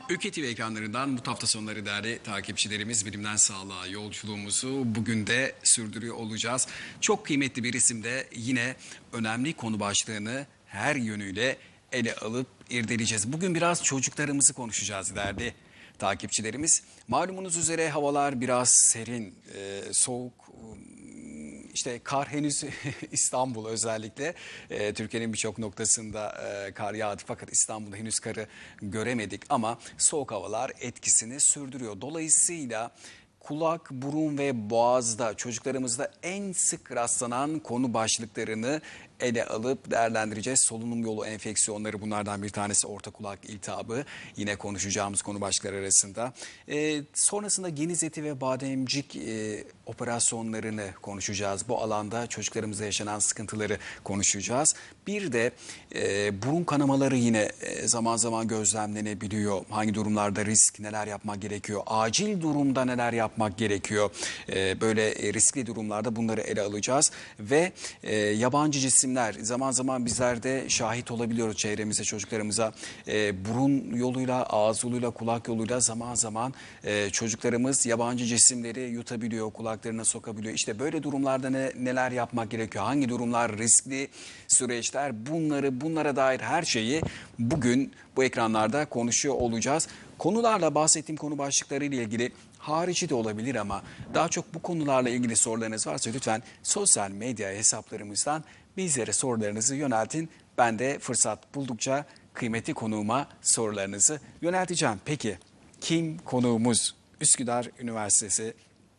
Ülke TV ekranlarından bu hafta sonları değerli takipçilerimiz bilimden sağlığa yolculuğumuzu bugün de sürdürüyor olacağız. Çok kıymetli bir isimde yine önemli konu başlığını her yönüyle ele alıp irdeleyeceğiz. Bugün biraz çocuklarımızı konuşacağız değerli takipçilerimiz. Malumunuz üzere havalar biraz serin, soğuk. İşte kar henüz İstanbul özellikle Türkiye'nin birçok noktasında kar yağdı fakat İstanbul'da henüz karı göremedik ama soğuk havalar etkisini sürdürüyor. Dolayısıyla kulak, burun ve boğazda çocuklarımızda en sık rastlanan konu başlıklarını ele alıp değerlendireceğiz. Solunum yolu enfeksiyonları bunlardan bir tanesi, orta kulak iltihabı yine konuşacağımız konu başlıkları arasında. Sonrasında geniz eti ve bademcik operasyonlarını konuşacağız. Bu alanda çocuklarımızda yaşanan sıkıntıları konuşacağız. Bir de burun kanamaları yine zaman zaman gözlemlenebiliyor. Hangi durumlarda risk, neler yapmak gerekiyor? Acil durumda neler yapmak gerekiyor? Böyle riskli durumlarda bunları ele alacağız. Ve yabancı cisimler zaman zaman bizler de şahit olabiliyoruz çevremize, çocuklarımıza. Burun yoluyla, ağız yoluyla, kulak yoluyla zaman zaman çocuklarımız yabancı cisimleri yutabiliyor, kulaklarına sokabiliyor. İşte böyle durumlarda neler yapmak gerekiyor? Hangi durumlar riskli süreçler? Bunlara dair her şeyi bugün bu ekranlarda konuşuyor olacağız. Konularla bahsettiğim konu başlıkları ile ilgili harici de olabilir ama daha çok bu konularla ilgili sorularınız varsa lütfen sosyal medya hesaplarımızdan bizlere sorularınızı yöneltin. Ben de fırsat buldukça kıymetli konuğuma sorularınızı yönelteceğim. Peki kim konuğumuz? Üsküdar Üniversitesi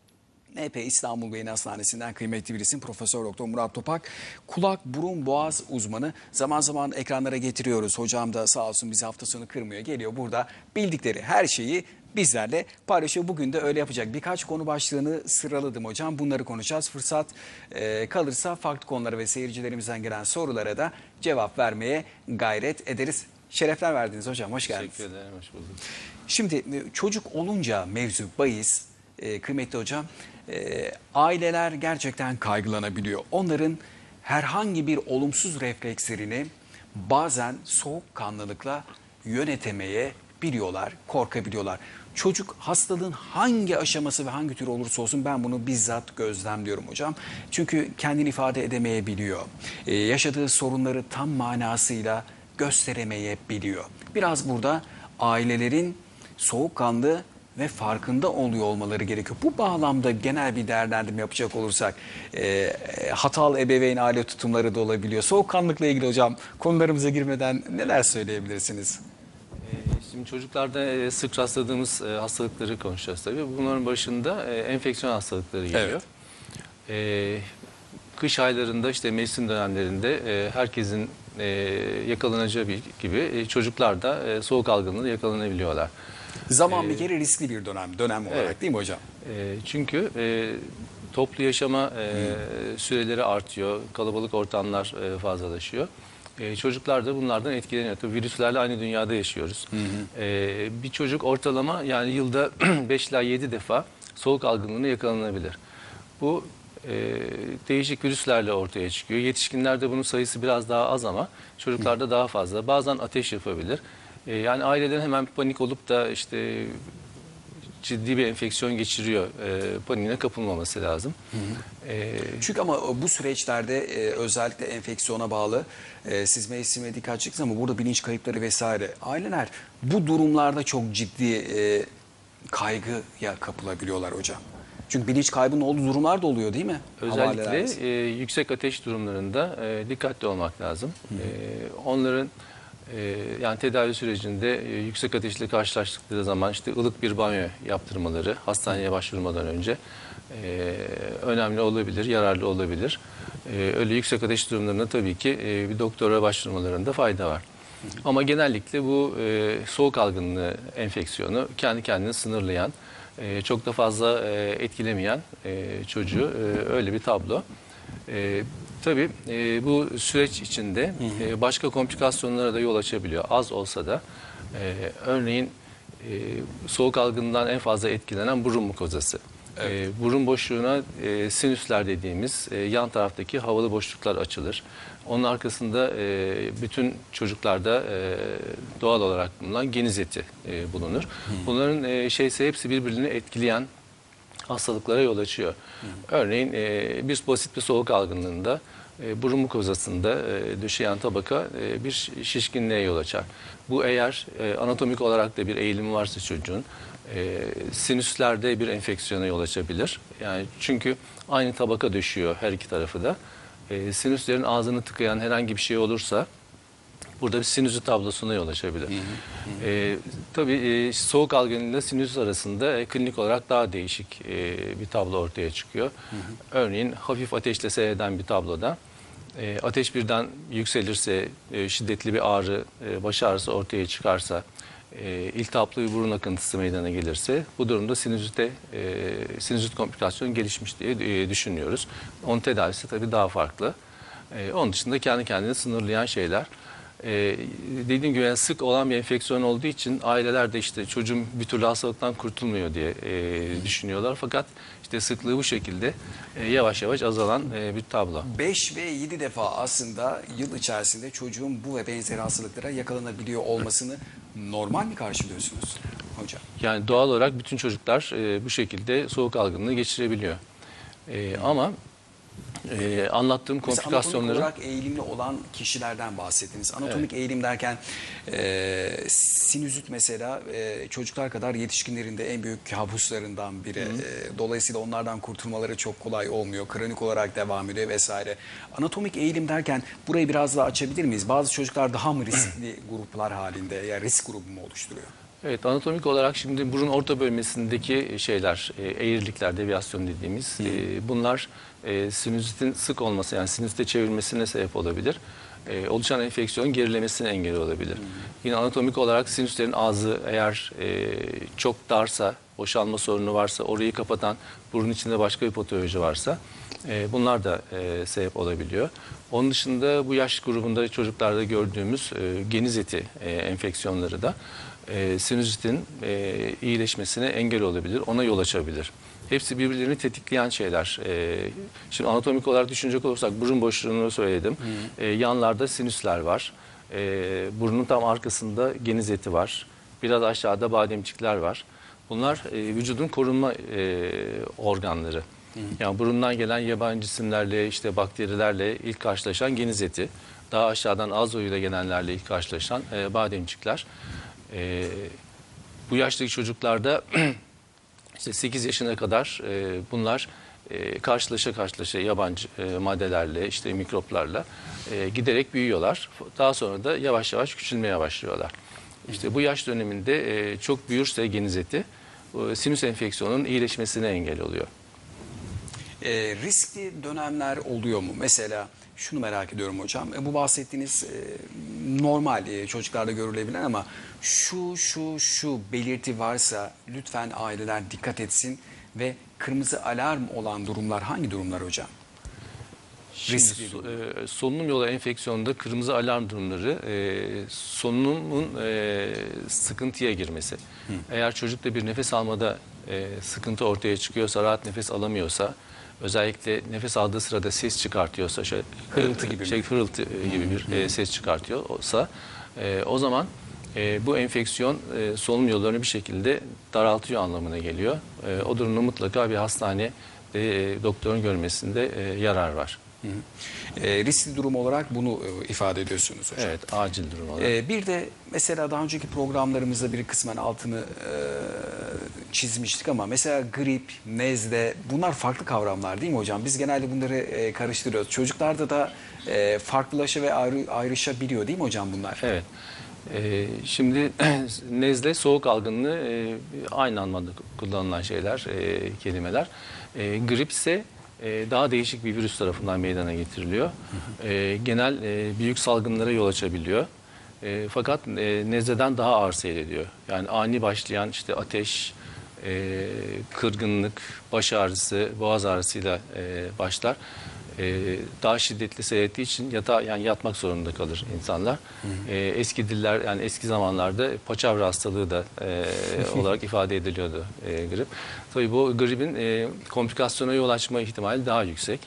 NP İstanbul Beyin Hastanesi'nden kıymetli bir isim Profesör Doktor Murat Topak. Kulak, burun, boğaz uzmanı. Zaman zaman ekranlara getiriyoruz. Hocam da sağ olsun bizi hafta sonu kırmıyor. Geliyor burada bildikleri her şeyi bizlerle paylaşıyor. Bugün de öyle yapacak. Birkaç konu başlığını sıraladım hocam. Bunları konuşacağız. Fırsat kalırsa farklı konulara ve seyircilerimizden gelen sorulara da cevap vermeye gayret ederiz. Şerefler verdiniz hocam. Hoş geldiniz. Teşekkür ederim. Hoş bulduk. Şimdi çocuk olunca mevzu bahis, kıymetli hocam, aileler gerçekten kaygılanabiliyor. Onların herhangi bir olumsuz reflekslerini bazen soğukkanlılıkla yönetemeye biliyorlar, korkabiliyorlar. Çocuk hastalığın hangi aşaması ve hangi tür olursa olsun ben bunu bizzat gözlemliyorum hocam. Çünkü kendini ifade edemeyebiliyor. Yaşadığı sorunları tam manasıyla gösteremeyebiliyor. Biraz burada ailelerin soğukkanlı ve farkında oluyor olmaları gerekiyor. Bu bağlamda genel bir değerlendirme yapacak olursak hatalı ebeveyn aile tutumları da olabiliyor. Soğukkanlılıkla ilgili hocam konularımıza girmeden neler söyleyebilirsiniz? Şimdi çocuklarda sık rastladığımız hastalıkları konuşacağız tabii. Bunların başında enfeksiyon hastalıkları geliyor. Evet. Kış aylarında işte mevsim dönemlerinde herkesin yakalanacağı gibi çocuklar da soğuk algınlığına yakalanabiliyorlar. Zaman bir kere riskli bir dönem olarak evet. değil mi hocam? Çünkü toplu yaşama süreleri artıyor, kalabalık ortamlar fazlalaşıyor. Çocuklar da bunlardan etkileniyor. Tabii virüslerle aynı dünyada yaşıyoruz. Bir çocuk ortalama yani yılda 5 ila 7 defa soğuk algınlığına yakalanabilir. Bu değişik virüslerle ortaya çıkıyor. Yetişkinlerde bunun sayısı biraz daha az ama çocuklarda daha fazla. Bazen ateş yapabilir. Yani ailelerin hemen panik olup da işte ciddi bir enfeksiyon geçiriyor. Paniğine kapılmaması lazım. Çünkü ama bu süreçlerde özellikle enfeksiyona bağlı siz mevsime dikkat çektiniz ama burada bilinç kayıpları vesaire. Aileler bu durumlarda çok ciddi kaygıya kapılabiliyorlar hocam. Çünkü bilinç kaybının olduğu durumlar da oluyor değil mi? Özellikle yüksek ateş durumlarında dikkatli olmak lazım. Onların yani tedavi sürecinde yüksek ateşle karşılaştıkları zaman işte ılık bir banyo yaptırmaları hastaneye başvurmadan önce önemli olabilir, yararlı olabilir. Öyle yüksek ateş durumlarında tabii ki bir doktora başvurmalarında fayda var. Ama genellikle bu soğuk algınlığı enfeksiyonu kendi kendine sınırlayan, çok da fazla etkilemeyen çocuğu öyle bir tablo. Tabii bu süreç içinde başka komplikasyonlara da yol açabiliyor. Az olsa da örneğin soğuk algınlığından en fazla etkilenen burun mukozası. Burun boşluğuna sinüsler dediğimiz yan taraftaki havalı boşluklar açılır. Onun arkasında bütün çocuklarda doğal olarak bulunan geniz eti bulunur. Bunların hepsi birbirini etkileyen hastalıklara yol açıyor. Örneğin bir basit bir soğuk algınlığında burun mukozasında döşeyen tabaka bir şişkinliğe yol açar. Bu eğer anatomik olarak da bir eğilimi varsa çocuğun sinüslerde bir enfeksiyona yol açabilir. Yani çünkü aynı tabaka döşüyor her iki tarafı da. Sinüslerin ağzını tıkayan herhangi bir şey olursa burada bir sinüzit tablosuna yol açabilir. Tabii soğuk algınlığıyla sinüzit arasında klinik olarak daha değişik bir tablo ortaya çıkıyor. Örneğin hafif ateşle seyreden bir tabloda ateş birden yükselirse, şiddetli bir ağrı, baş ağrısı ortaya çıkarsa, iltihaplı bir burun akıntısı meydana gelirse bu durumda sinüzit komplikasyonu gelişmiş diye düşünüyoruz. Onun tedavisi tabii daha farklı. Onun dışında kendi kendine sınırlayan şeyler. Dediğim gibi yani sık olan bir enfeksiyon olduğu için aileler de işte çocuğum bir türlü hastalıktan kurtulmuyor diye düşünüyorlar. Fakat işte sıklığı bu şekilde yavaş yavaş azalan bir tablo. 5 ve 7 defa aslında yıl içerisinde çocuğun bu ve benzeri hastalıklara yakalanabiliyor olmasını normal mi karşılıyorsunuz hocam? Yani doğal olarak bütün çocuklar bu şekilde soğuk algınlığı geçirebiliyor. Ama anlattığım komplikasyonları... Anatomik olarak eğilimli olan kişilerden bahsettiniz. Anatomik eğilim derken sinüzit mesela çocuklar kadar yetişkinlerin de en büyük kabuslarından biri. Dolayısıyla onlardan kurtulmaları çok kolay olmuyor. Kronik olarak devam ediyor vesaire. Anatomik eğilim derken burayı biraz daha açabilir miyiz? Bazı çocuklar daha mı riskli gruplar halinde ya risk grubu mu oluşturuyor? Evet, anatomik olarak şimdi burun orta bölmesindeki şeyler, eğrilikler, deviyasyon dediğimiz bunlar sinüzitin sık olması yani sinüzite çevirmesine sebep olabilir. Oluşan enfeksiyonun gerilemesine engel olabilir. Yine anatomik olarak sinüslerin ağzı eğer çok darsa, boşalma sorunu varsa, orayı kapatan burun içinde başka bir patoloji varsa bunlar da sebep olabiliyor. Onun dışında bu yaş grubunda çocuklarda gördüğümüz geniz eti enfeksiyonları da sinüzitin iyileşmesine engel olabilir, ona yol açabilir. Hepsi birbirlerini tetikleyen şeyler. Şimdi anatomik olarak düşünecek olursak burun boşluğunu söyledim. Yanlarda sinüsler var. Burnun tam arkasında geniz eti var. Biraz aşağıda bademcikler var. Bunlar vücudun korunma organları. Yani burundan gelen yabancı cisimlerle, işte bakterilerle ilk karşılaşan geniz eti. Daha aşağıdan ağız yoluyla gelenlerle ilk karşılaşan bademcikler. Bu yaştaki çocuklarda işte 8 yaşına kadar bunlar karşılaşa yabancı maddelerle, işte mikroplarla giderek büyüyorlar. Daha sonra da yavaş yavaş küçülmeye başlıyorlar. İşte bu yaş döneminde çok büyürse geniz eti sinüs enfeksiyonunun iyileşmesine engel oluyor. Riskli dönemler oluyor mu? Mesela şunu merak ediyorum hocam. Bu bahsettiğiniz normal çocuklarda görülebilen ama şu belirti varsa lütfen aileler dikkat etsin ve kırmızı alarm olan durumlar hangi durumlar hocam? Solunum yolu enfeksiyonunda kırmızı alarm durumları solunumun sıkıntıya girmesi. Eğer çocukta bir nefes almada sıkıntı ortaya çıkıyorsa, rahat nefes alamıyorsa, özellikle nefes aldığı sırada ses çıkartıyorsa, hırıltı gibi bir ses çıkartıyorsa, o zaman bu enfeksiyon solunum yollarını bir şekilde daraltıyor anlamına geliyor. O durumda mutlaka bir hastane doktorun görmesinde yarar var. Riskli durum olarak bunu ifade ediyorsunuz hocam. Evet, acil durum olarak. Bir de mesela daha önceki programlarımızda bir kısmen altını çizmiştik ama mesela grip, nezle bunlar farklı kavramlar değil mi hocam? Biz genelde bunları karıştırıyoruz. Çocuklarda da farklılaşa ve ayrışabiliyor değil mi hocam bunlar? Evet. Şimdi nezle, soğuk algınlığı aynı anlamda kullanılan şeyler, kelimeler. Grip ise daha değişik bir virüs tarafından meydana getiriliyor. Genel büyük salgınlara yol açabiliyor. Fakat nezleden daha ağır seyrediyor. Yani ani başlayan işte ateş, kırgınlık, baş ağrısı, boğaz ağrısıyla başlar. daha şiddetli seyrettiği için yani yatmak zorunda kalır insanlar. Eski diller yani eski zamanlarda paçavra hastalığı da olarak ifade ediliyordu grip. Tabii bu gripin komplikasyona yol açma ihtimali daha yüksek.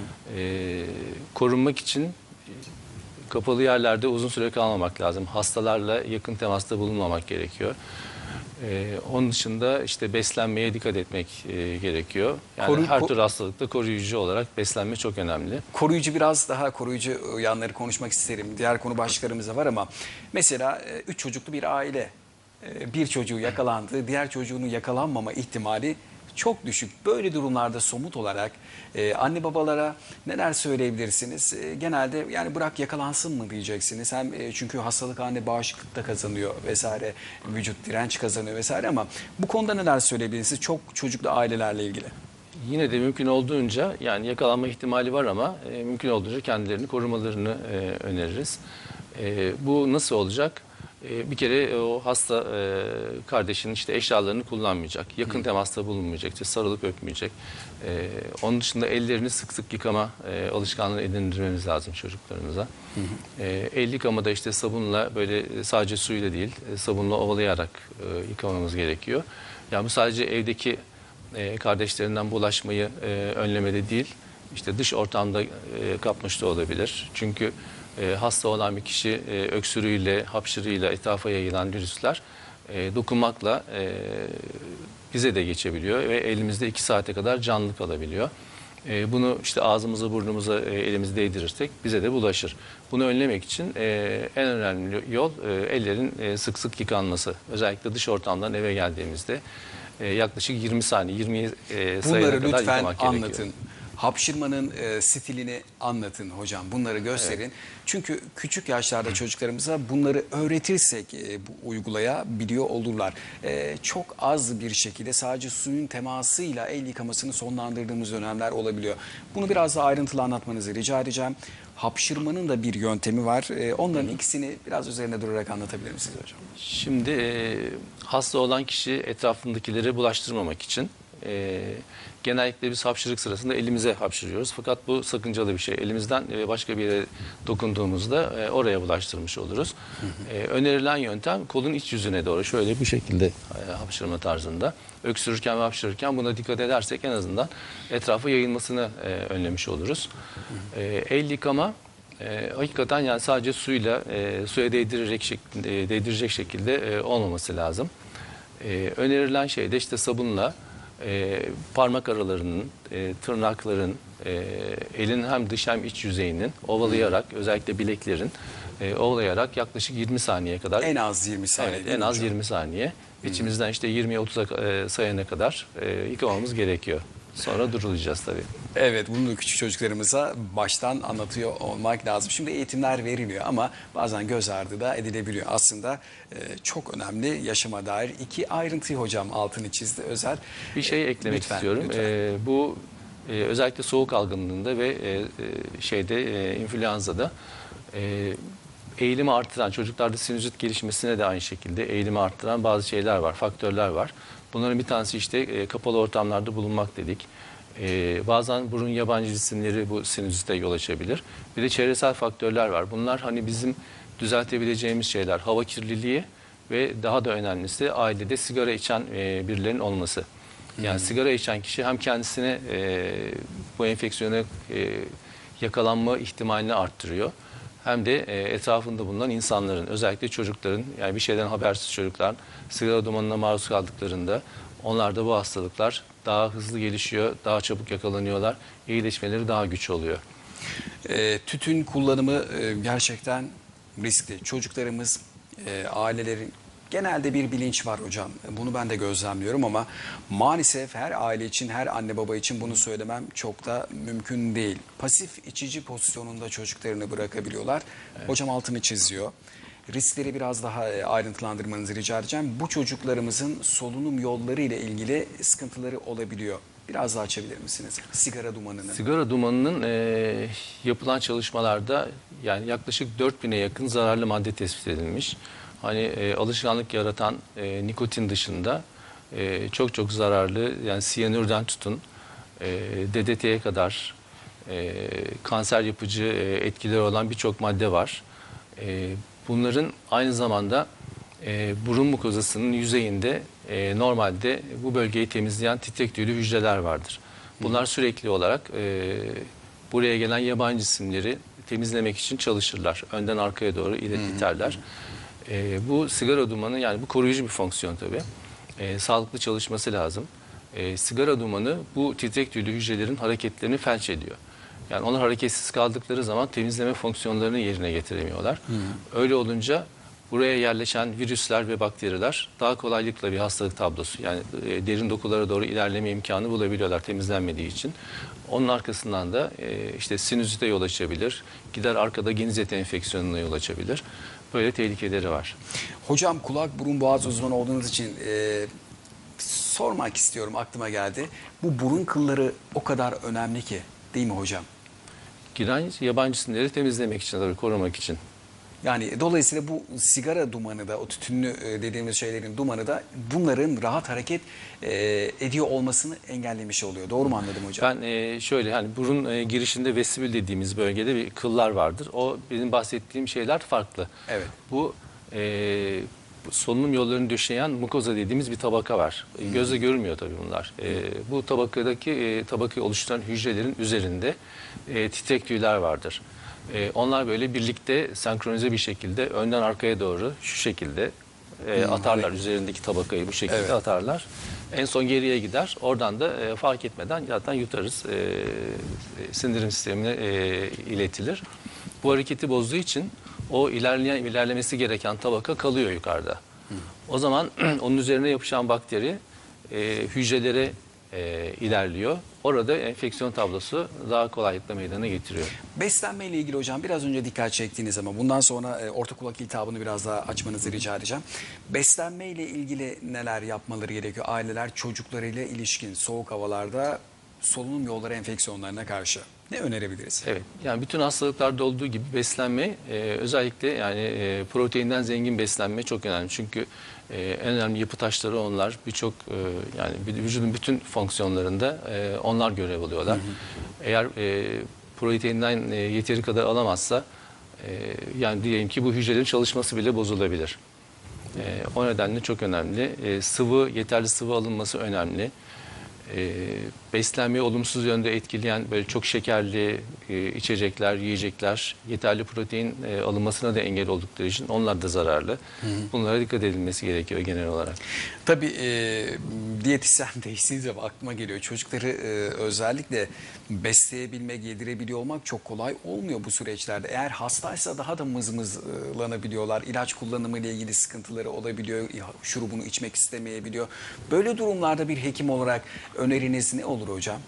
Korunmak için kapalı yerlerde uzun süre kalmamak lazım. Hastalarla yakın temasta bulunmamak gerekiyor. Onun dışında işte beslenmeye dikkat etmek gerekiyor. Yani her tür hastalıkta koruyucu olarak beslenme çok önemli. Biraz daha koruyucu yanları konuşmak isterim. Diğer konu başlıklarımız da var ama mesela 3 çocuklu bir aile, bir çocuğu yakalandı, diğer çocuğunun yakalanmama ihtimali çok düşük. Böyle durumlarda somut olarak anne babalara neler söyleyebilirsiniz? Genelde yani bırak yakalansın mı diyeceksiniz. Hem çünkü hastalık anne bağışıklıkta kazanıyor vesaire, vücut direnç kazanıyor vesaire ama bu konuda neler söyleyebilirsiniz çok çocuklu ailelerle ilgili? Yine de mümkün olduğunca yani yakalanma ihtimali var ama mümkün olduğunca kendilerini korumalarını öneririz. Bu nasıl olacak? Bir kere o hasta kardeşinin işte eşyalarını kullanmayacak, yakın temasta bulunmayacak, işte sarılıp öpmeyecek. Onun dışında ellerini sık sık yıkama alışkanlığı edindirmemiz lazım çocuklarımıza. El yıkamada işte sabunla böyle sadece suyla değil, sabunla ovalayarak yıkamamız gerekiyor. Yani bu sadece evdeki kardeşlerinden bulaşmayı önlemede değil, işte dış ortamda kapmış da olabilir. Çünkü hasta olan bir kişi öksürüğüyle, hapşırığıyla etrafa yayılan virüsler dokunmakla bize de geçebiliyor ve elimizde 2 saate kadar canlı kalabiliyor. Bunu işte ağzımıza, burnumuza elimizi değdirirsek bize de bulaşır. Bunu önlemek için en önemli yol ellerin sık sık yıkanması. Özellikle dış ortamdan eve geldiğimizde yaklaşık 20 saniye, 20 sayına Bunları kadar lütfen yıkamak anlatın. gerekiyor. Hapşırmanın stilini anlatın hocam. Bunları gösterin. Evet. Çünkü küçük yaşlarda çocuklarımıza bunları öğretirsek bu uygulayabiliyor olurlar. Çok az bir şekilde sadece suyun temasıyla el yıkamasını sonlandırdığımız dönemler olabiliyor. Bunu biraz daha ayrıntılı anlatmanızı rica edeceğim. Hapşırmanın da bir yöntemi var. Onların ikisini biraz üzerine durarak anlatabilir misiniz hocam? Şimdi hasta olan kişi etrafındakileri bulaştırmamak için genellikle biz hapşırık sırasında elimize hapşırıyoruz. Fakat bu sakıncalı bir şey. Elimizden başka bir yere dokunduğumuzda oraya bulaştırmış oluruz. Önerilen yöntem kolun iç yüzüne doğru şöyle bu şekilde hapşırma tarzında. Öksürürken ve hapşırırken buna dikkat edersek en azından etrafa yayılmasını önlemiş oluruz. El yıkama hakikaten yani sadece suya değdirecek şekilde olmaması lazım. Önerilen şey de işte sabunla parmak aralarının, tırnakların, elin hem dış hem iç yüzeyinin ovalayarak, özellikle bileklerin ovalayarak yaklaşık 20 saniye kadar. En az 20 saniye. Evet, en az 20 saniye. İçimizden işte 20'ye 30'a sayana kadar yıkamamız gerekiyor. Sonra durulacağız tabii. Evet, bunu da küçük çocuklarımıza baştan anlatıyor olmak lazım. Şimdi eğitimler veriliyor ama bazen göz ardı da edilebiliyor. Aslında çok önemli yaşama dair 2 ayrıntıyı hocam altını çizdi Özer. Bir şey eklemek lütfen, istiyorum. Lütfen. Bu özellikle soğuk algınlığında ve influenza'da eğilimi artıran, çocuklarda sinüzit gelişmesine de aynı şekilde eğilimi arttıran bazı şeyler var, faktörler var. Bunların bir tanesi işte kapalı ortamlarda bulunmak dedik. Bazen burun yabancı cisimleri bu sinüzite yol açabilir. Bir de çevresel faktörler var. Bunlar hani bizim düzeltebileceğimiz şeyler. Hava kirliliği ve daha da önemlisi ailede sigara içen birilerinin olması. Yani sigara içen kişi hem kendisine bu enfeksiyona yakalanma ihtimalini arttırıyor. Hem de etrafında bulunan insanların, özellikle çocukların, yani bir şeyden habersiz çocuklar sigara dumanına maruz kaldıklarında onlarda bu hastalıklar daha hızlı gelişiyor, daha çabuk yakalanıyorlar, iyileşmeleri daha güç oluyor. Tütün kullanımı gerçekten riskli. Çocuklarımız, ailelerin genelde bir bilinç var hocam. Bunu ben de gözlemliyorum ama maalesef her aile için, her anne baba için bunu söylemem çok da mümkün değil. Pasif içici pozisyonunda çocuklarını bırakabiliyorlar. Evet. Hocam altını çiziyor. Riskleri biraz daha ayrıntılandırmanızı rica edeceğim. Bu çocuklarımızın solunum yolları ile ilgili sıkıntıları olabiliyor. Biraz daha açabilir misiniz? Sigara dumanının. Sigara dumanının yapılan çalışmalarda yani yaklaşık 4000'e yakın zararlı madde tespit edilmiş. Hani alışkanlık yaratan nikotin dışında çok zararlı yani siyanürden tutun DDT'ye kadar kanser yapıcı etkileri olan birçok madde var. Bunların aynı zamanda burun mukozasının yüzeyinde normalde bu bölgeyi temizleyen titrek tüylü hücreler vardır. Bunlar sürekli olarak buraya gelen yabancı cisimleri temizlemek için çalışırlar. Önden arkaya doğru iterler. Bu sigara dumanı, yani bu koruyucu bir fonksiyon tabii. Sağlıklı çalışması lazım. Sigara dumanı bu titrek tüylü hücrelerin hareketlerini felç ediyor. Yani onlar hareketsiz kaldıkları zaman temizleme fonksiyonlarını yerine getiremiyorlar. Öyle olunca buraya yerleşen virüsler ve bakteriler daha kolaylıkla bir hastalık tablosu, yani derin dokulara doğru ilerleme imkanı bulabiliyorlar temizlenmediği için. Onun arkasından da işte sinüzite yol açabilir, gider arkada geniz eti enfeksiyonuna yol açabilir. Böyle tehlikeleri var. Hocam, kulak burun boğaz uzmanı olduğunuz için sormak istiyorum, aklıma geldi. Bu burun kılları o kadar önemli ki, değil mi hocam? Giren yabancı cisimleri temizlemek için, tabii korumak için. Yani dolayısıyla bu sigara dumanı da, o tütünlü dediğimiz şeylerin dumanı da bunların rahat hareket ediyor olmasını engellemiş oluyor. Doğru mu anladım hocam? Ben şöyle, hani burun girişinde vestibül dediğimiz bölgede bir kıllar vardır. O benim bahsettiğim şeyler farklı. Evet. Bu solunum yollarını döşeyen mukoza dediğimiz bir tabaka var. Gözle görülmüyor tabii bunlar. Bu tabakayı oluşturan hücrelerin üzerinde titrek tüyler vardır. Onlar böyle birlikte senkronize bir şekilde önden arkaya doğru şu şekilde atarlar. Üzerindeki tabakayı bu şekilde atarlar. En son geriye gider. Oradan da fark etmeden zaten yutarız. Sindirim sistemine iletilir. Bu hareketi bozduğu için o ilerlemesi gereken tabaka kalıyor yukarıda. O zaman onun üzerine yapışan bakteri hücrelere ilerliyor. Orada enfeksiyon tablosu daha kolaylıkla meydana getiriyor. Beslenme ile ilgili hocam biraz önce dikkat çektiğiniz ama bundan sonra orta kulak iltihabını biraz daha açmanızı rica edeceğim. Beslenme ile ilgili neler yapmaları gerekiyor? Aileler çocuklarıyla ilişkin soğuk havalarda solunum yolları enfeksiyonlarına karşı ne önerebiliriz? Evet, yani bütün hastalıklarda olduğu gibi beslenme özellikle yani proteinden zengin beslenme çok önemli. Çünkü en önemli yapı taşları onlar. Birçok yani vücudun bütün fonksiyonlarında onlar görev alıyorlar. Eğer proteinden yeteri kadar alamazsa yani diyelim ki bu hücrelerin çalışması bile bozulabilir. O nedenle çok önemli. Yeterli sıvı alınması önemli. Beslenmeyi olumsuz yönde etkileyen böyle çok şekerli içecekler, yiyecekler, yeterli protein alınmasına da engel oldukları için onlar da zararlı. Bunlara dikkat edilmesi gerekiyor genel olarak. Tabii diyetisyen değiştiği zaman aklıma geliyor. Çocukları özellikle besleyebilmek, yedirebiliyor olmak çok kolay olmuyor bu süreçlerde. Eğer hastaysa daha da mızmızlanabiliyorlar. İlaç kullanımı ile ilgili sıkıntıları olabiliyor. Şurubunu içmek istemeyebiliyor. Böyle durumlarda bir hekim olarak öneriniz ne olur hocam?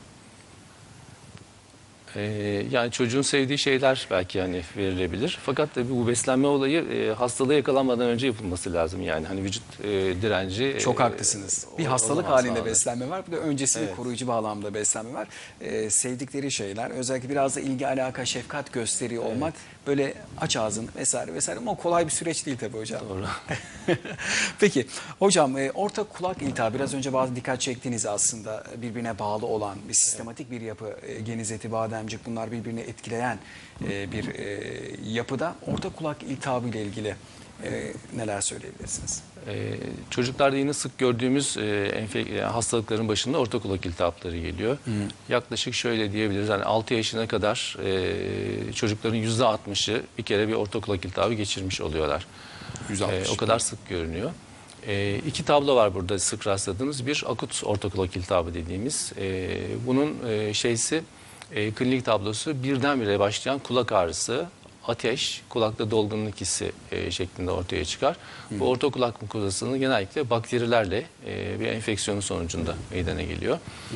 Yani çocuğun sevdiği şeyler belki hani verilebilir. Fakat tabii bu beslenme olayı hastalığa yakalanmadan önce yapılması lazım. Yani hani vücut direnci... Çok haklısınız. Bir hastalık halinde beslenme var. Bir de öncesinde Evet. koruyucu bağlamda beslenme var. Sevdikleri şeyler, özellikle biraz da ilgi, alaka, şefkat gösteriyor olmak. Böyle aç ağzını vesaire vesaire, ama kolay bir süreç değil tabii hocam. Doğru. Peki hocam, orta kulak iltihabı biraz önce bazı dikkat çektiğiniz, aslında birbirine bağlı olan bir sistematik bir yapı. Geniz eti, bademcik, bunlar birbirini etkileyen bir yapıda. Orta kulak iltihabı ile ilgili neler söyleyebilirsiniz? Çocuklarda yine sık gördüğümüz hastalıkların başında orta kulak iltihapları geliyor. Yaklaşık şöyle diyebiliriz, yani 6 yaşına kadar çocukların %60'ı bir kere bir orta kulak iltihabı geçirmiş oluyorlar. 160. O kadar sık görünüyor. İki tablo var burada sık rastladığımız. Bir akut orta kulak iltihabı dediğimiz. Bunun klinik tablosu birdenbire başlayan kulak ağrısı, ateş, kulakta dolgunluk hissi şeklinde ortaya çıkar. Bu orta kulak mukozasının genellikle bakterilerle bir enfeksiyonun sonucunda meydana geliyor.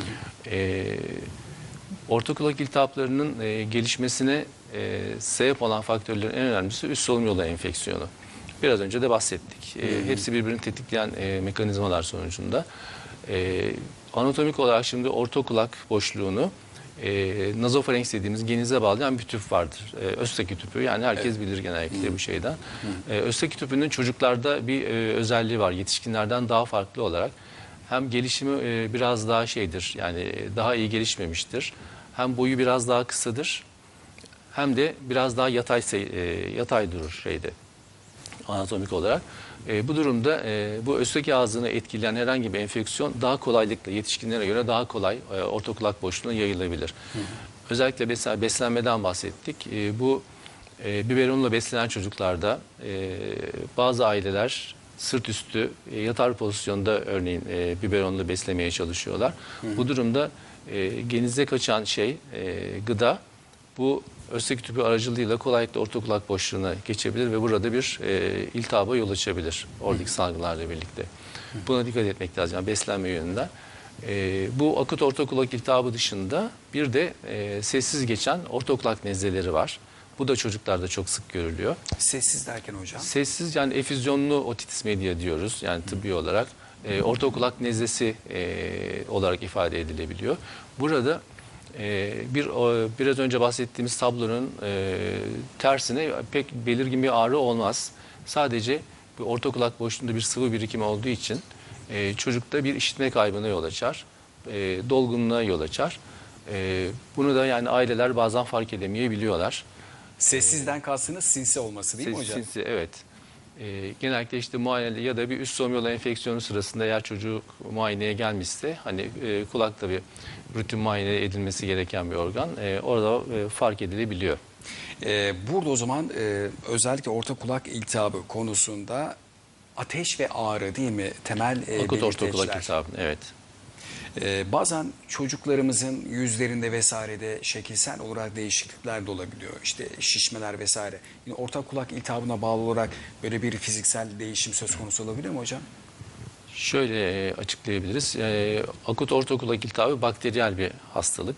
Orta kulak iltihaplarının gelişmesine sebep olan faktörlerin en önemlisi üst solunum yolu enfeksiyonu. Biraz önce de bahsettik. Hepsi birbirini tetikleyen mekanizmalar sonucunda. Anatomik olarak şimdi orta kulak boşluğunu nazofarenks dediğimiz genize bağlayan bir tüp vardır. Östaki tüpü, yani herkes bilir genellikle bu şeyden. Östaki tüpünün çocuklarda bir özelliği var. Yetişkinlerden daha farklı olarak hem gelişimi biraz daha şeydir, yani daha iyi gelişmemiştir. hem boyu biraz daha kısadır hem de biraz daha yatay durur anatomik olarak. Bu durumda bu östaki ağzını etkileyen herhangi bir enfeksiyon daha kolaylıkla yetişkinlere göre daha kolay orta kulak boşluğuna yayılabilir. Özellikle mesela beslenmeden bahsettik. Bu biberonla beslenen çocuklarda bazı aileler sırt üstü yatar pozisyonda örneğin biberonla beslemeye çalışıyorlar. Bu durumda genize kaçan gıda bu östaki tüpü aracılığıyla kolaylıkla orta kulak boşluğuna geçebilir ve burada bir iltihaba yol açabilir oradaki salgılarla birlikte. Buna dikkat etmek lazım yani beslenme yönünden. Bu akut orta kulak iltihabı dışında bir de sessiz geçen orta kulak nezleleri var. Bu da çocuklarda çok sık görülüyor. Sessiz derken hocam? Sessiz yani efüzyonlu otitis media diyoruz yani tıbbi olarak. Orta kulak nezlesi olarak ifade edilebiliyor. Burada biraz önce bahsettiğimiz tablonun tersine pek belirgin bir ağrı olmaz. Sadece orta kulak boşluğunda bir sıvı birikimi olduğu için çocukta bir işitme kaybına yol açar, dolgunluğa yol açar. Bunu da yani aileler bazen fark edemeyebiliyorlar. Sessizden kastınız sinsi olması değil mi hocam? Sinsi, evet. Genellikle işte muayene ya da bir üst solunum yolu enfeksiyonu sırasında eğer çocuk muayeneye gelmişse hani kulak tabii rutin muayene edilmesi gereken bir organ orada fark edilebiliyor. Burada o zaman özellikle orta kulak iltihabı konusunda ateş ve ağrı değil mi temel Akut orta kulak belirteçler? iltihabı, evet. Bazen çocuklarımızın yüzlerinde vesairede şekilsel olarak değişiklikler de olabiliyor. İşte şişmeler vesaire. Yine orta kulak iltihabına bağlı olarak böyle bir fiziksel değişim söz konusu olabilir mi hocam? Şöyle açıklayabiliriz. Akut orta kulak iltihabı bakteriyel bir hastalık.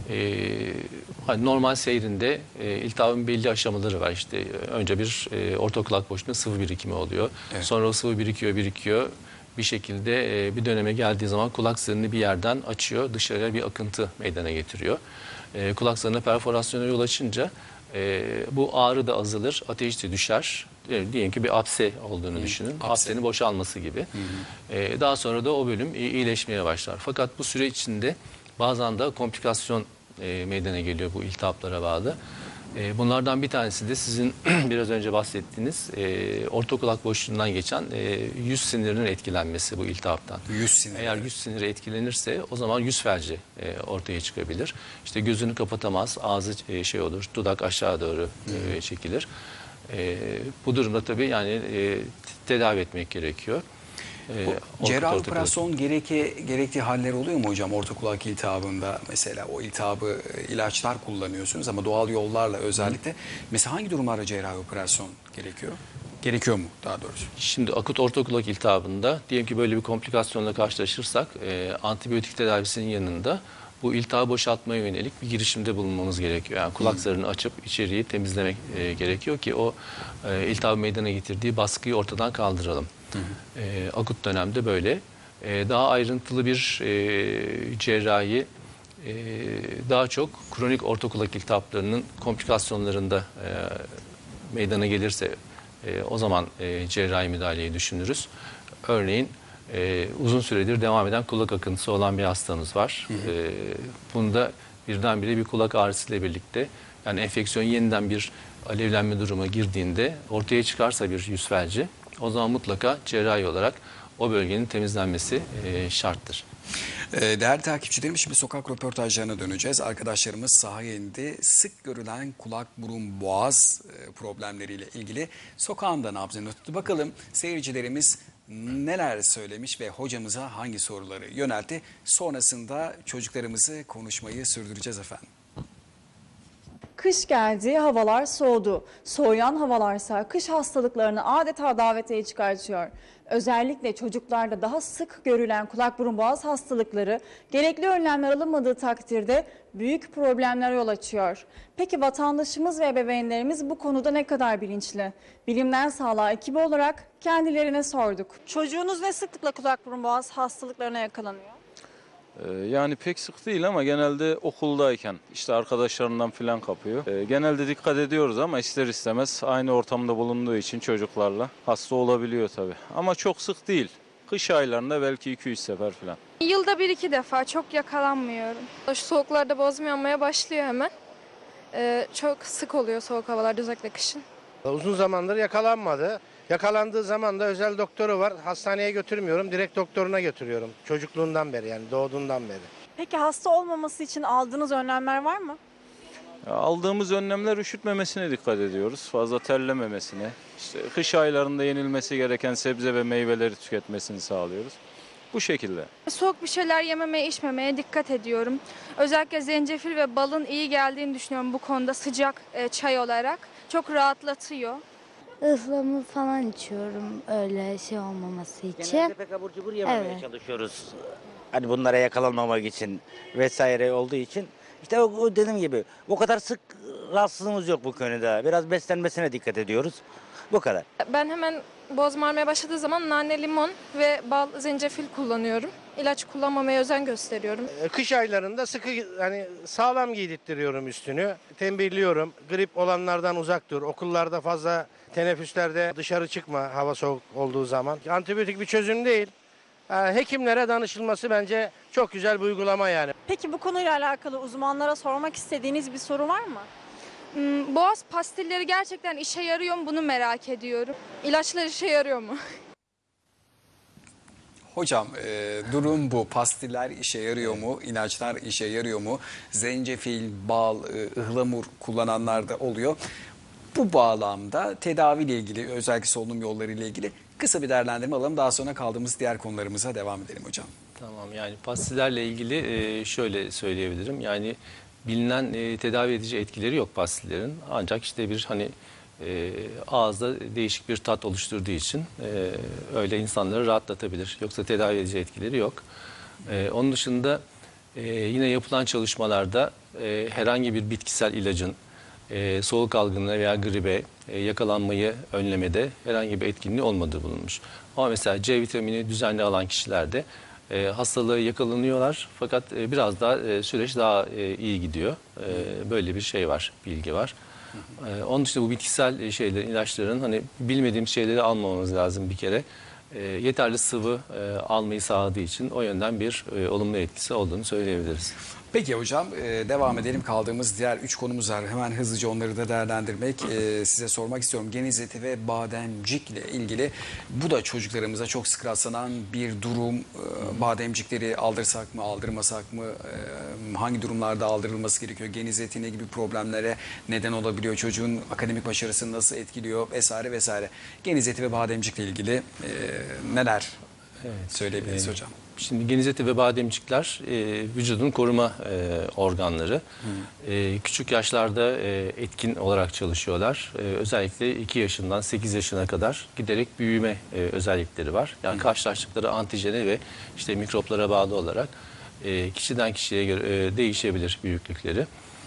Hani normal seyrinde iltihabın belli aşamaları var. İşte önce bir orta kulak boşluğunda sıvı birikimi oluyor. Evet. Sonra o sıvı birikiyor. Bir şekilde bir döneme geldiği zaman kulak zarını bir yerden açıyor. Dışarıya bir akıntı meydana getiriyor. Kulak zarına perforasyona yol açınca bu ağrı da azalır, ateş de düşer. Diyelim ki bir apse olduğunu düşünün. Apsenin boşalması gibi. Daha sonra da o bölüm iyileşmeye başlar. Fakat bu süre içinde bazen de komplikasyon meydana geliyor bu iltihaplara bağlı. Bunlardan bir tanesi de sizin biraz önce bahsettiğiniz orta kulak boşluğundan geçen yüz sinirinin etkilenmesi bu iltihaptan. Yüz siniri. Eğer yüz siniri etkilenirse o zaman yüz felci ortaya çıkabilir. İşte gözünü kapatamaz, ağzı olur, dudak aşağı doğru çekilir. Bu durumda tabii yani tedavi etmek gerekiyor. Cerrahi operasyon gerektiği haller oluyor mu hocam orta kulak iltihabında? Mesela o iltihabı ilaçlar kullanıyorsunuz ama doğal yollarla özellikle. Mesela hangi durumlarda cerrahi operasyon gerekiyor? Gerekiyor mu daha doğrusu? Şimdi akut orta kulak iltihabında diyelim ki böyle bir komplikasyonla karşılaşırsak antibiyotik tedavisinin yanında bu iltihabı boşaltmaya yönelik bir girişimde bulunmamız gerekiyor. Yani kulak zarını açıp içeriği temizlemek gerekiyor ki o iltihabı meydana getirdiği baskıyı ortadan kaldıralım. Akut dönemde böyle. Daha ayrıntılı bir cerrahi daha çok kronik orta kulak iltihaplarının komplikasyonlarında meydana gelirse o zaman cerrahi müdahaleyi düşünürüz. Örneğin uzun süredir devam eden kulak akıntısı olan bir hastamız var. Bunda birdenbire bir kulak ağrısıyla birlikte yani enfeksiyon yeniden bir alevlenme duruma girdiğinde ortaya çıkarsa bir yüz felci o zaman mutlaka cerrahi olarak o bölgenin temizlenmesi şarttır. Değerli takipçilerim şimdi sokak röportajlarına döneceğiz. Arkadaşlarımız sahaya indi. Sık görülen kulak, burun, boğaz problemleriyle ilgili sokağında nabzını tuttu. Bakalım seyircilerimiz neler söylemiş ve hocamıza hangi soruları yöneltti. Sonrasında çocuklarımızı konuşmayı sürdüreceğiz efendim. Kış geldi, havalar soğudu. Soğuyan havalarsa kış hastalıklarını adeta davetiye çıkartıyor. Özellikle çocuklarda daha sık görülen kulak burun boğaz hastalıkları gerekli önlemler alınmadığı takdirde büyük problemler yol açıyor. Peki vatandaşımız ve ebeveynlerimiz bu konuda ne kadar bilinçli? Bilimden Sağlığa ekibi olarak kendilerine sorduk. Çocuğunuz ne sıklıkla kulak burun boğaz hastalıklarına yakalanıyor? Yani pek sık değil ama genelde okuldayken işte arkadaşlarından falan kapıyor. Genelde dikkat ediyoruz ama ister istemez aynı ortamda bulunduğu için çocuklarla hasta olabiliyor tabii. Ama çok sık değil. Kış aylarında belki 2-3 sefer falan. Yılda bir iki defa, çok yakalanmıyorum. Şu soğuklarda boğazım yanmaya başlıyor hemen. Çok sık oluyor soğuk havalarda, özellikle kışın. Uzun zamandır yakalanmadı. Yakalandığı zaman da özel doktoru var. Hastaneye götürmüyorum, direkt doktoruna götürüyorum. Çocukluğundan beri, yani doğduğundan beri. Peki hasta olmaması için aldığınız önlemler var mı? Aldığımız önlemler üşütmemesine dikkat ediyoruz. Fazla terlememesine. İşte kış aylarında yenilmesi gereken sebze ve meyveleri tüketmesini sağlıyoruz. Bu şekilde. Soğuk bir şeyler yememeye, içmemeye dikkat ediyorum. Özellikle zencefil ve balın iyi geldiğini düşünüyorum bu konuda, sıcak çay olarak. Çok rahatlatıyor. Ihlamur falan içiyorum öyle şey olmaması için. Genelde pek abur cubur yememeye Evet. çalışıyoruz. Hani bunlara yakalanmamak için vesaire olduğu için. İşte o dediğim gibi o kadar sık rahatsızlığımız yok bu konuda. Biraz beslenmesine dikkat ediyoruz. Bu kadar. Ben hemen boğazım ağrımaya başladığı zaman nane, limon ve bal, zencefil kullanıyorum. İlaç kullanmamaya özen gösteriyorum. Kış aylarında sıkı, hani sağlam giydirtiyorum üstünü. Tembihliyorum. Grip olanlardan uzak dur. Okullarda fazla, teneffüslerde dışarı çıkma hava soğuk olduğu zaman. Antibiyotik bir çözüm değil. Hekimlere danışılması bence çok güzel bir uygulama yani. Peki bu konuyla alakalı uzmanlara sormak istediğiniz bir soru var mı? Boğaz pastilleri gerçekten işe yarıyor mu, bunu merak ediyorum. İlaçlar işe yarıyor mu? Hocam durum bu. Pastiller işe yarıyor mu? İlaçlar işe yarıyor mu? Zencefil, bal, ıhlamur kullananlar da oluyor. Bu bağlamda tedaviyle ilgili, özellikle solunum yolları ile ilgili kısa bir değerlendirme alalım. Daha sonra kaldığımız diğer konularımıza devam edelim hocam. Tamam, yani pastillerle ilgili şöyle söyleyebilirim. Yani bilinen tedavi edici etkileri yok pastillerin. Ancak işte bir hani ağızda değişik bir tat oluşturduğu için öyle insanları rahatlatabilir. Yoksa tedavi edici etkileri yok. Onun dışında yine yapılan çalışmalarda herhangi bir bitkisel ilacın soğuk algınlığı veya gribe yakalanmayı önlemede herhangi bir etkinliği olmadığı bulunmuş. Ama mesela C vitamini düzenli alan kişilerde hastalığı yakalanıyorlar, fakat biraz daha süreç daha iyi gidiyor. Böyle bir şey var, bilgi var. Onun dışında bu bitkisel şeylerin, ilaçların hani bilmediğim şeyleri almamamız lazım bir kere. Yeterli sıvı almayı sağladığı için o yönden bir olumlu etkisi olduğunu söyleyebiliriz. Peki hocam devam edelim. Kaldığımız diğer 3 konumuz var. Hemen hızlıca onları da değerlendirmek size sormak istiyorum. Geniz eti ve bademcikle ilgili, bu da çocuklarımıza çok sık rastlanan bir durum. Bademcikleri aldırsak mı, aldırmasak mı? Hangi durumlarda aldırılması gerekiyor? Geniz etine gibi problemlere neden olabiliyor. Çocuğun akademik başarısını nasıl etkiliyor vesaire vesaire. Geniz eti ve bademcikle ilgili neler söyleyebiliriz hocam? Şimdi geniz eti ve bademcikler vücudun koruma organları. Küçük yaşlarda etkin olarak çalışıyorlar. Özellikle 2 yaşından 8 yaşına kadar giderek büyüme özellikleri var. Yani karşılaştıkları antijene ve işte mikroplara bağlı olarak kişiden kişiye göre değişebilir büyüklükleri.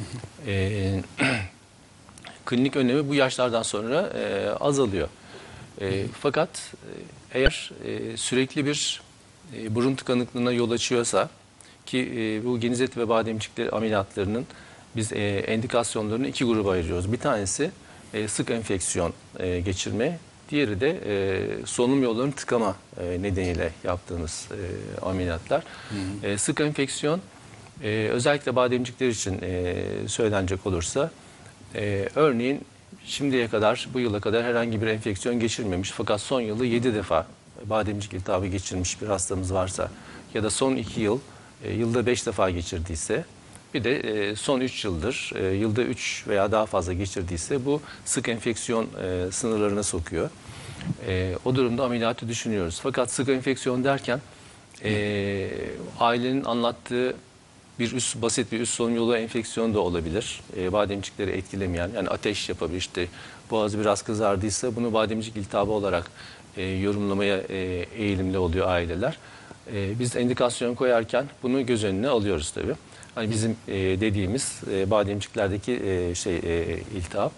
Klinik önemi bu yaşlardan sonra azalıyor. Fakat eğer sürekli bir burun tıkanıklığına yol açıyorsa, ki bu geniz eti ve bademcikleri ameliyatlarının biz endikasyonlarını 2 gruba ayırıyoruz. Bir tanesi sık enfeksiyon geçirme, diğeri de solunum yollarını tıkama nedeniyle yaptığımız ameliyatlar. Sık enfeksiyon özellikle bademcikler için söylenecek olursa, örneğin şimdiye kadar, bu yıla kadar herhangi bir enfeksiyon geçirmemiş fakat son yılı 7 defa bademcik iltihabı geçirmiş bir hastamız varsa ya da son 2 yıl yılda 5 defa geçirdiyse, bir de son 3 yıldır yılda 3 veya daha fazla geçirdiyse, bu sık enfeksiyon sınırlarına sokuyor. O durumda ameliyatı düşünüyoruz. Fakat sık enfeksiyon derken ailenin anlattığı basit bir üst solunum yolu enfeksiyonu da olabilir. Bademcikleri etkilemeyen, yani ateş yapabilir, işte boğazı biraz kızardıysa bunu bademcik iltihabı olarak yorumlamaya eğilimli oluyor aileler. Biz endikasyon koyarken bunu göz önüne alıyoruz tabii. Hani bizim dediğimiz bademciklerdeki iltihap.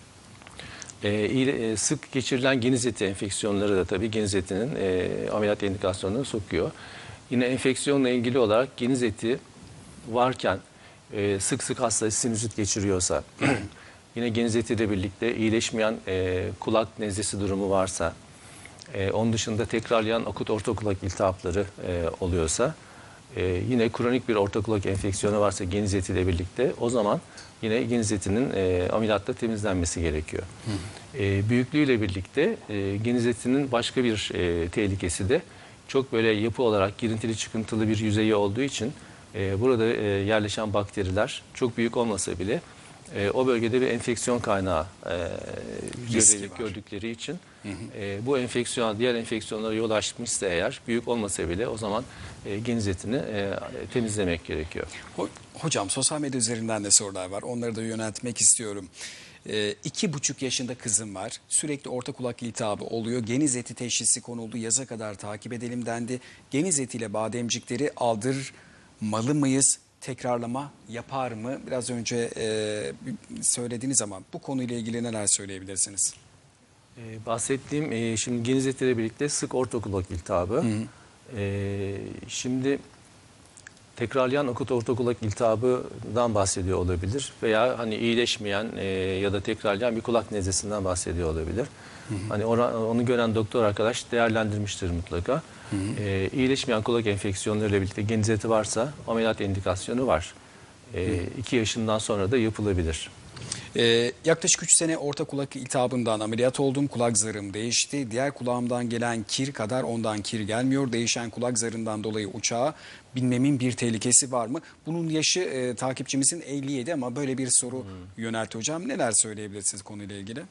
Sık geçirilen geniz eti enfeksiyonları da tabii geniz etinin ameliyat indikasyonuna sokuyor. Yine enfeksiyonla ilgili olarak geniz eti varken sık sık hasta sinüzit geçiriyorsa, yine geniz etiyle birlikte iyileşmeyen kulak nezlesi durumu varsa, Onun dışında tekrarlayan akut orta kulak iltihapları oluyorsa, yine kronik bir orta kulak enfeksiyonu varsa geniz etiyle birlikte, o zaman yine geniz etinin ameliyatla temizlenmesi gerekiyor. Büyüklüğüyle birlikte geniz etinin başka bir tehlikesi de çok böyle yapı olarak girintili çıkıntılı bir yüzeyi olduğu için burada yerleşen bakteriler çok büyük olmasa bile o bölgede bir enfeksiyon kaynağı görevlilik gördükleri için bu enfeksiyon diğer enfeksiyonlara yol açmışsa eğer büyük olmasa bile o zaman geniz etini temizlemek gerekiyor. Hocam sosyal medya üzerinden de sorular var. Onları da yöneltmek istiyorum. 2,5 yaşında kızım var. Sürekli orta kulak iltihabı oluyor. Geniz eti teşhisi konuldu. Yaza kadar takip edelim dendi. Geniz etiyle bademcikleri aldırmalı mıyız? Tekrarlama yapar mı? Biraz önce söylediğiniz ama bu konuyla ilgili neler söyleyebilirsiniz? Bahsettiğim şimdi geniz etiyle birlikte sık orta kulak iltihabı. Şimdi tekrarlayan akut orta kulak iltihabından bahsediyor olabilir veya hani iyileşmeyen ya da tekrarlayan bir kulak nezlesinden bahsediyor olabilir. Hani onu gören doktor arkadaş değerlendirmiştir mutlaka. İyileşmeyen kulak enfeksiyonlarıyla birlikte geniz eti varsa ameliyat indikasyonu var. 2 yaşından sonra da yapılabilir. Yaklaşık 3 sene orta kulak iltihabından ameliyat oldum. Kulak zarım değişti. Diğer kulağımdan gelen kir kadar ondan kir gelmiyor. Değişen kulak zarından dolayı uçağa binmemin bir tehlikesi var mı? Bunun yaşı takipçimizin 57 ama böyle bir soru yöneltti hocam. Neler söyleyebilirsiniz konuyla ilgili?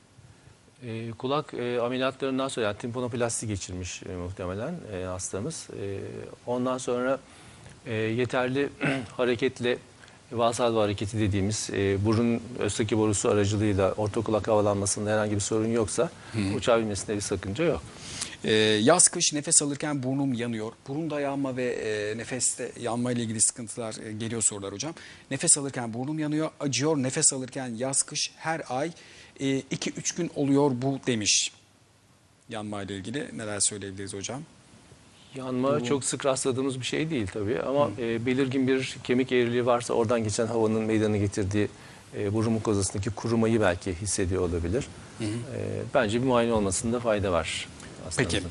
Kulak ameliyatlarından sonra yani timpanoplasti geçirmiş muhtemelen hastamız. Ondan sonra yeterli hareketle vasal hareketi dediğimiz burun östaki borusu aracılığıyla orta kulak havalanmasında herhangi bir sorun yoksa uçabilmesinde bir sakınca yok. Yaz kış nefes alırken burnum yanıyor. Burunda yanma ve nefeste yanma ile ilgili sıkıntılar geliyor sorular hocam. Nefes alırken burnum yanıyor, acıyor. Nefes alırken yaz kış her ay 2-3 gün oluyor bu demiş. Yanma ile ilgili neler söyleyebiliriz hocam? Yanma çok sık rastladığımız bir şey değil tabii ama belirgin bir kemik eğriliği varsa oradan geçen havanın meydana getirdiği burun mukozasındaki kurumayı belki hissediyor olabilir. Bence bir muayene olmasında fayda var. Peki.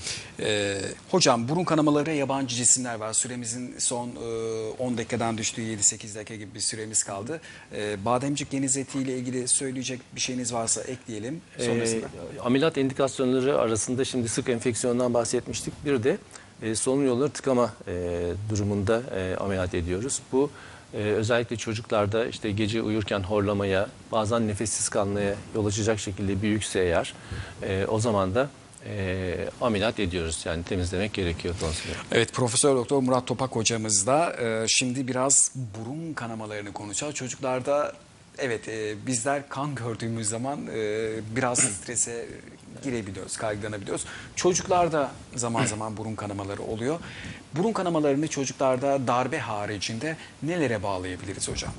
Hocam burun kanamaları yabancı cisimler var. Süremizin son 10 dakikadan düştüğü 7-8 dakika gibi bir süremiz kaldı. Bademcik geniz etiyle ilgili söyleyecek bir şeyiniz varsa ekleyelim. Sonrasında. Ameliyat indikasyonları arasında şimdi sık enfeksiyondan bahsetmiştik. Bir de solunum yolları tıkama durumunda ameliyat ediyoruz. Bu özellikle çocuklarda işte gece uyurken horlamaya, bazen nefessiz kalmaya yol açacak şekilde büyükse eğer o zaman da ameliyat ediyoruz. Yani temizlemek gerekiyor tonsili. Evet, Profesör Doktor Murat Topak hocamız da şimdi biraz burun kanamalarını konuşacağız. Çocuklarda evet bizler kan gördüğümüz zaman biraz strese girebiliyoruz, kaygılanabiliyoruz. Çocuklarda zaman zaman burun kanamaları oluyor. Burun kanamalarını çocuklarda darbe haricinde nelere bağlayabiliriz hocam?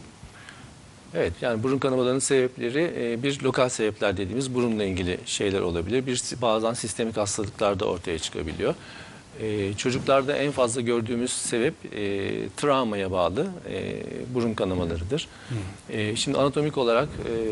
Evet, yani burun kanamalarının sebepleri bir lokal sebepler dediğimiz burunla ilgili şeyler olabilir. Bazen sistemik hastalıklar da ortaya çıkabiliyor. Çocuklarda en fazla gördüğümüz sebep travmaya bağlı burun kanamalarıdır. Şimdi anatomik olarak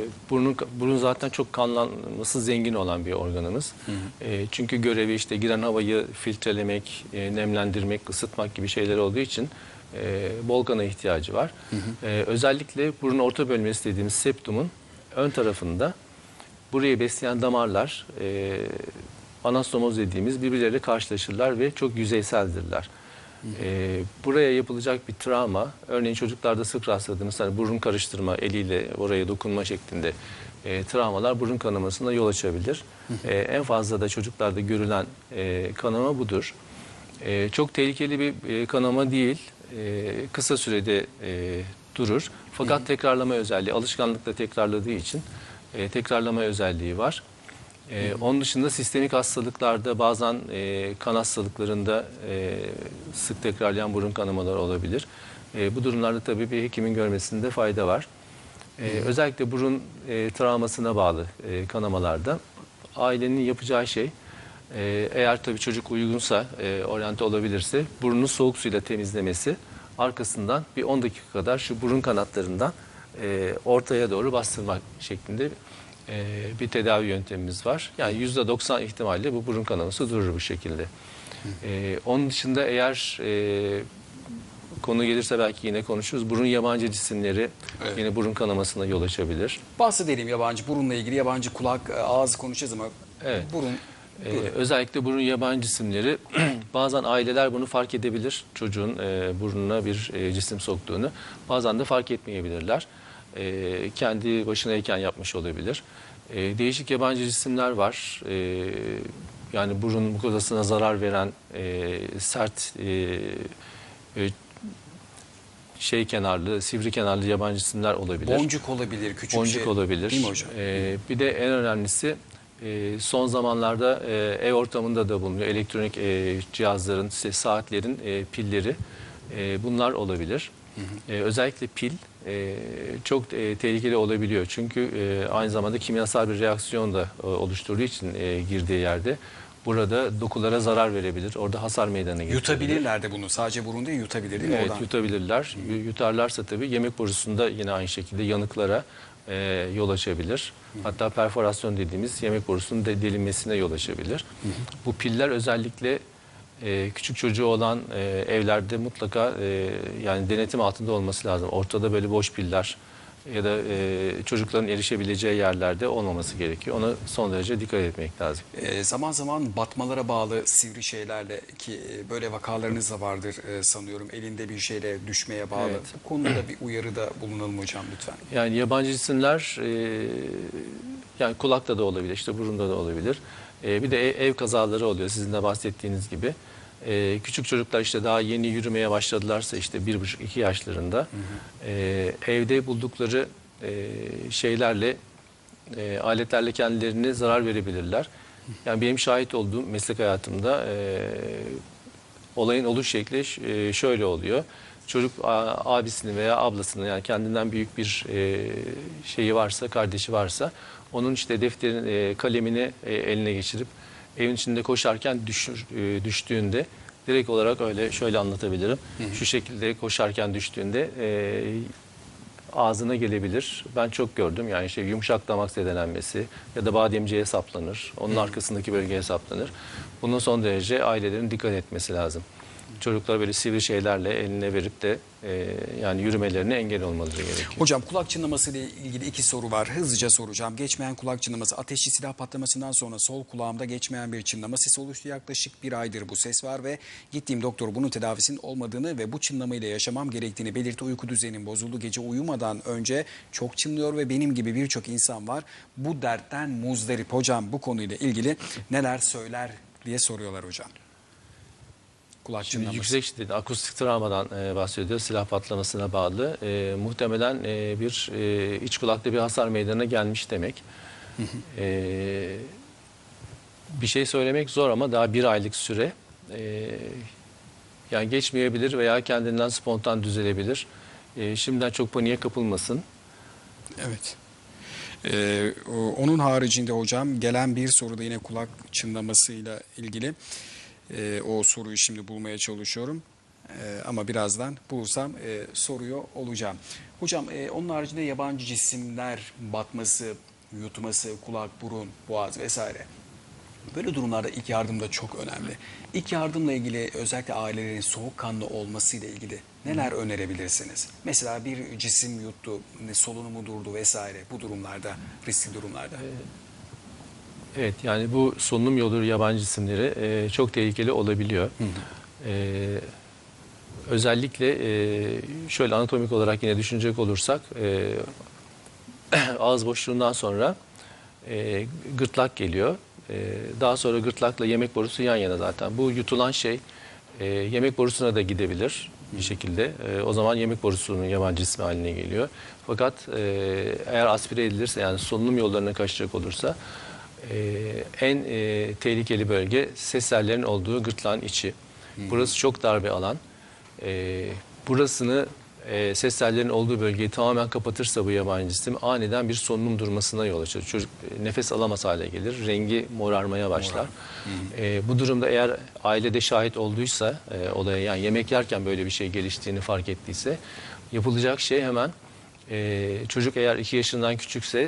burun zaten çok kanlanması zengin olan bir organımız. Çünkü görevi işte giren havayı filtrelemek, nemlendirmek, ısıtmak gibi şeyler olduğu için bol kana ihtiyacı var. Özellikle burun orta bölmesi dediğimiz septumun ön tarafında burayı besleyen damarlar anastomoz dediğimiz birbirleriyle karşılaşırlar ve çok yüzeyseldirler. Buraya yapılacak bir travma, örneğin çocuklarda sık rastladığımız hani burun karıştırma, eliyle oraya dokunma şeklinde travmalar burun kanamasına yol açabilir. En fazla da çocuklarda görülen kanama budur. Çok tehlikeli bir kanama değil, kısa sürede durur. Fakat tekrarlama özelliği, alışkanlıkla tekrarladığı için tekrarlama özelliği var. Onun dışında sistemik hastalıklarda bazen kan hastalıklarında sık tekrarlayan burun kanamaları olabilir. Bu durumlarda tabii bir hekimin görmesinde fayda var. Özellikle burun travmasına bağlı kanamalarda ailenin yapacağı şey, eğer tabii çocuk uygunsa, oryante olabilirse burnunu soğuk suyla temizlemesi, arkasından bir 10 dakika kadar şu burun kanatlarından ortaya doğru bastırmak şeklinde bir tedavi yöntemimiz var. Yani %90 ihtimalle bu burun kanaması durur bu şekilde. Onun dışında eğer konu gelirse belki yine konuşuruz. Burun yabancı cisimleri yine burun kanamasına yol açabilir. Bahsedelim yabancı burunla ilgili, yabancı kulak, ağız konuşacağız ama Evet. burun. Özellikle burun yabancı cisimleri bazen aileler bunu fark edebilir. Çocuğun burnuna bir cisim soktuğunu. Bazen de fark etmeyebilirler. Kendi başınayken yapmış olabilir. Değişik yabancı cisimler var. Yani burun mukozasına zarar veren sert kenarlı, sivri kenarlı yabancı cisimler olabilir. Boncuk olabilir, küçük Boncuk olabilir. Değil mi hocam? Bir de en önemlisi son zamanlarda ev ortamında da bulunuyor. Elektronik cihazların, işte saatlerin pilleri bunlar olabilir. Özellikle pil çok tehlikeli olabiliyor. Çünkü aynı zamanda kimyasal bir reaksiyon da oluşturduğu için girdiği yerde burada dokulara zarar verebilir. Orada hasar meydana getirebilir. Yutabilirler de bunu. Sadece burun değil, yutabilir değil mi? Evet, Oradan. yutabilirler. Yutarlarsa tabii yemek borusunda yine aynı şekilde yanıklara yol açabilir. Hatta perforasyon dediğimiz yemek borusunun delinmesine yol açabilir. Bu piller özellikle küçük çocuğu olan evlerde mutlaka yani denetim altında olması lazım. Ortada böyle boş piller ya da çocukların erişebileceği yerlerde olmaması gerekiyor. Ona son derece dikkat etmek lazım. Zaman zaman batmalara bağlı sivri şeylerle ki böyle vakalarınız da vardır sanıyorum. Elinde bir şeyle düşmeye bağlı. Evet. Bu konuda da bir uyarıda bulunalım hocam lütfen. Yani yabancı cisimler yani kulakta da olabilir, işte burunda da olabilir. Bir de ev kazaları oluyor sizin de bahsettiğiniz gibi. Küçük çocuklar işte daha yeni yürümeye başladılarsa işte 1,5-2 yaşlarında evde buldukları şeylerle, aletlerle kendilerine zarar verebilirler. Yani benim şahit olduğum meslek hayatımda olayın oluş şekli şöyle oluyor. Çocuk abisini veya ablasını yani kendinden büyük bir şeyi varsa, kardeşi varsa onun işte defterin kalemini eline geçirip evin içinde koşarken düştüğünde direkt olarak öyle şöyle anlatabilirim. Şu şekilde koşarken düştüğünde ağzına gelebilir. Ben çok gördüm yani yumuşak damak zedelenmesi ya da bademciğe saplanır. Onun arkasındaki bölgeye saplanır. Bunun son derece ailelerin dikkat etmesi lazım. Çocuklar böyle sivri şeylerle eline verip de yani yürümelerine engel olmaları gerekiyor. Hocam kulak çınlaması ile ilgili 2 soru var. Hızlıca soracağım. Geçmeyen kulak çınlaması. Ateşli silah patlamasından sonra sol kulağımda geçmeyen bir çınlama sesi oluştu. Yaklaşık 1 aydır bu ses var ve gittiğim doktor bunun tedavisinin olmadığını ve bu çınlamayla yaşamam gerektiğini belirtti. Uyku düzenim bozuldu. Gece uyumadan önce çok çınlıyor ve benim gibi birçok insan var. Bu dertten muzdarip. Hocam bu konuyla ilgili neler söyler diye soruyorlar hocam. Kulak Şimdi çınlaması. yüksek şiddetli akustik travmadan bahsediyor. Silah patlamasına bağlı. Muhtemelen bir iç kulakta bir hasar meydana gelmiş demek. Bir şey söylemek zor ama daha 1 aylık süre. Yani geçmeyebilir veya kendinden spontan düzelebilir. Şimdiden çok paniğe kapılmasın. Evet. Onun haricinde hocam gelen bir soru da yine kulak çınlamasıyla ilgili. O soruyu şimdi bulmaya çalışıyorum. Ama birazdan bulursam soruyor olacağım. Hocam onun haricinde yabancı cisimler batması, yutması, kulak, burun, boğaz vesaire. Böyle durumlarda ilk yardım da çok önemli. İlk yardımla ilgili özellikle ailelerin soğukkanlı olmasıyla ilgili neler önerebilirsiniz? Mesela bir cisim yuttu, solunumu durdu vesaire bu durumlarda, riskli durumlarda. Evet yani bu solunum yolu yabancı cisimleri çok tehlikeli olabiliyor. Özellikle şöyle anatomik olarak yine düşünecek olursak ağız boşluğundan sonra gırtlak geliyor. Daha sonra gırtlakla yemek borusu yan yana zaten. Bu yutulan şey yemek borusuna da gidebilir bir şekilde. O zaman yemek borusunun yabancı cismi haline geliyor. Fakat eğer aspire edilirse yani solunum yollarına kaçacak olursa en tehlikeli bölge ses tellerinin olduğu gırtlağın içi. Burası çok dar bir alan. Burasını ses tellerinin olduğu bölgeyi tamamen kapatırsa bu yabancı cisim aniden bir solunum durmasına yol açar. Çocuk nefes alamaz hale gelir. Rengi morarmaya başlar. Bu durumda eğer ailede şahit olduysa olaya yani yemek yerken böyle bir şey geliştiğini fark ettiyse yapılacak şey hemen çocuk eğer 2 yaşından küçükse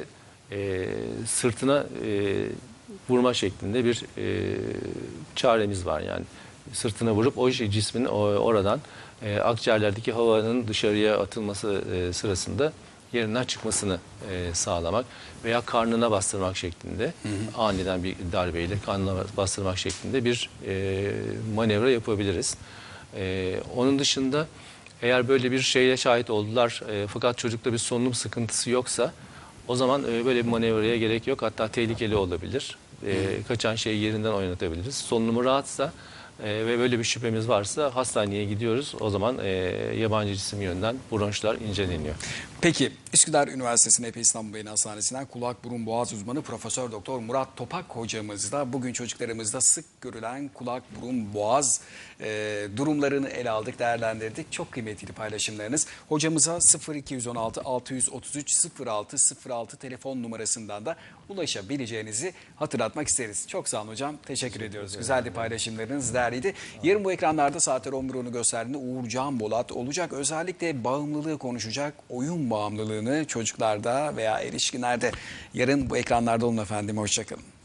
sırtına vurma şeklinde bir çaremiz var. Yani sırtına vurup o cismin oradan akciğerlerdeki havanın dışarıya atılması sırasında yerinden çıkmasını sağlamak veya karnına bastırmak şeklinde, aniden bir darbeyle karnına bastırmak şeklinde bir manevra yapabiliriz. Onun dışında eğer böyle bir şeye şahit oldular fakat çocukta bir solunum sıkıntısı yoksa o zaman böyle bir manevraya gerek yok. Hatta tehlikeli olabilir. Kaçan şeyi yerinden oynatabiliriz. Solunumu rahatsa ve böyle bir şüphemiz varsa hastaneye gidiyoruz. O zaman yabancı cisim yönden bronşlar inceleniyor. Peki Üsküdar Üniversitesi Epe İstanbul Beyin Hastanesi'nden kulak burun boğaz uzmanı Profesör Doktor Murat Topak hocamız da bugün çocuklarımızda sık görülen kulak burun boğaz durumlarını ele aldık, değerlendirdik. Çok kıymetli paylaşımlarınız. Hocamıza 0216 633 0606 telefon numarasından da ulaşabileceğinizi hatırlatmak isteriz. Çok sağ olun hocam. Teşekkür ediyoruz. Güzeldi paylaşımlarınız, değerliydi. Yarın bu ekranlarda saatler 11.10'u gösterdiğinde Uğur Can Bolat olacak. Özellikle bağımlılığı konuşacak. Oyun bağımlılığını çocuklarda veya erişkinlerde. Yarın bu ekranlarda olun efendim. Hoşçakalın.